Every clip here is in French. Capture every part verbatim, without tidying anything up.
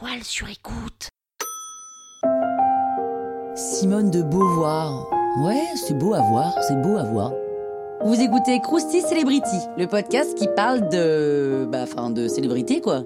Toile sur écoute. Simone de Beauvoir. Ouais, c'est beau à voir, c'est beau à voir. Vous écoutez Krusty Celebrity, le podcast qui parle de... Bah, enfin, de célébrité, quoi.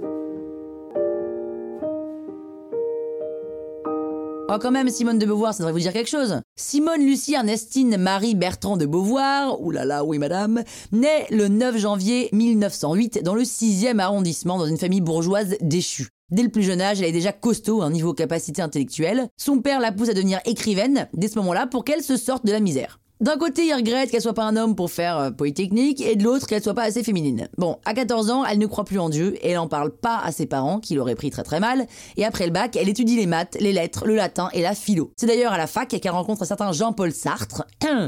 Oh, quand même, Simone de Beauvoir, ça devrait vous dire quelque chose. Simone Lucie Ernestine Marie Bertrand de Beauvoir, oulala, oui madame, naît le neuf janvier mille neuf cent huit dans le sixième arrondissement dans une famille bourgeoise déchue. Dès le plus jeune âge, elle est déjà costaud à un niveau capacité intellectuelle. Son père la pousse à devenir écrivaine, dès ce moment-là, pour qu'elle se sorte de la misère. D'un côté, il regrette qu'elle soit pas un homme pour faire euh, Polytechnique, et de l'autre, qu'elle soit pas assez féminine. Bon, à quatorze ans, elle ne croit plus en Dieu, et elle en parle pas à ses parents, qui l'auraient pris très très mal, et après le bac, elle étudie les maths, les lettres, le latin et la philo. C'est d'ailleurs à la fac qu'elle rencontre un certain Jean-Paul Sartre,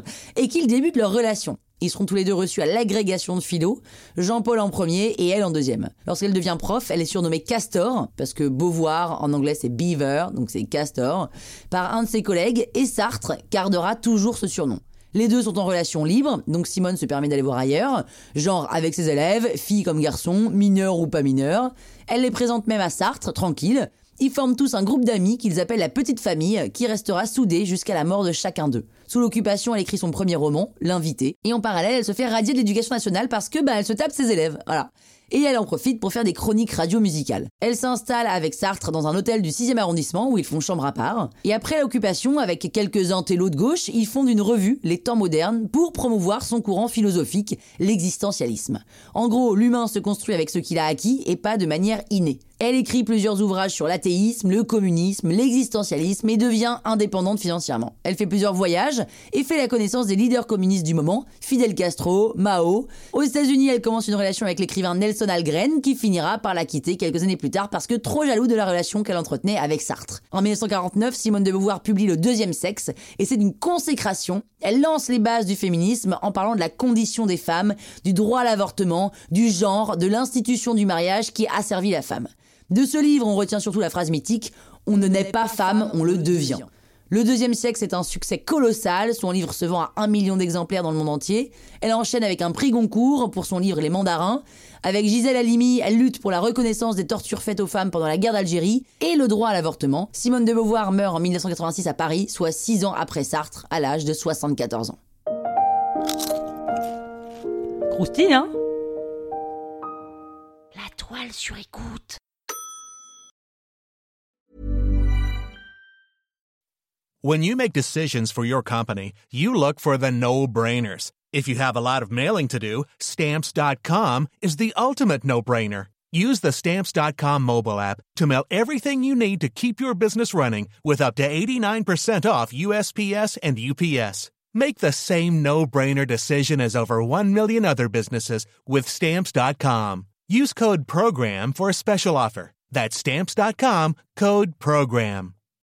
et qu'ils débutent leur relation. Ils seront tous les deux reçus à l'agrégation de philo, Jean-Paul en premier et elle en deuxième. Lorsqu'elle devient prof, elle est surnommée Castor, parce que Beauvoir en anglais c'est Beaver, donc c'est Castor, par un de ses collègues, et Sartre gardera toujours ce surnom. Les deux sont en relation libre, donc Simone se permet d'aller voir ailleurs, genre avec ses élèves, filles comme garçons, mineurs ou pas mineurs. Elle les présente même à Sartre, tranquille. Ils forment tous un groupe d'amis qu'ils appellent la petite famille, qui restera soudée jusqu'à la mort de chacun d'eux. Sous l'occupation, elle écrit son premier roman, L'invité, et en parallèle, elle se fait radier de l'éducation nationale parce que bah elle se tape ses élèves, voilà. Et elle en profite pour faire des chroniques radio-musicales. Elle s'installe avec Sartre dans un hôtel du sixième arrondissement où ils font chambre à part. Et après l'occupation, avec quelques intellos de gauche, ils fondent une revue, Les Temps modernes, pour promouvoir son courant philosophique, l'existentialisme. En gros, l'humain se construit avec ce qu'il a acquis et pas de manière innée. Elle écrit plusieurs ouvrages sur l'athéisme, le communisme, l'existentialisme et devient indépendante financièrement. Elle fait plusieurs voyages et fait la connaissance des leaders communistes du moment, Fidel Castro, Mao. Aux États-Unis, elle commence une relation avec l'écrivain Nelson Algren qui finira par la quitter quelques années plus tard parce que trop jaloux de la relation qu'elle entretenait avec Sartre. En mille neuf cent quarante-neuf, Simone de Beauvoir publie Le Deuxième Sexe et c'est d'une consécration. Elle lance les bases du féminisme en parlant de la condition des femmes, du droit à l'avortement, du genre, de l'institution du mariage qui a asservi la femme. De ce livre, on retient surtout la phrase mythique « On ne naît pas femme, on le devient ». Le Deuxième Sexe est un succès colossal, son livre se vend à un million d'exemplaires dans le monde entier. Elle enchaîne avec un prix Goncourt pour son livre Les Mandarins. Avec Gisèle Halimi, elle lutte pour la reconnaissance des tortures faites aux femmes pendant la guerre d'Algérie et le droit à l'avortement. Simone de Beauvoir meurt en mille neuf cent quatre-vingt-six à Paris, soit six ans après Sartre, à l'âge de soixante-quatorze ans. Croustille, hein ? La toile sur écoute. When you make decisions for your company, you look for the no-brainers. If you have a lot of mailing to do, Stamps dot com is the ultimate no-brainer. Use the Stamps dot com mobile app to mail everything you need to keep your business running with up to eighty-nine percent off U S P S and U P S. Make the same no-brainer decision as over one million other businesses with Stamps dot com. Use code PROGRAM for a special offer. That's Stamps dot com, code PROGRAM.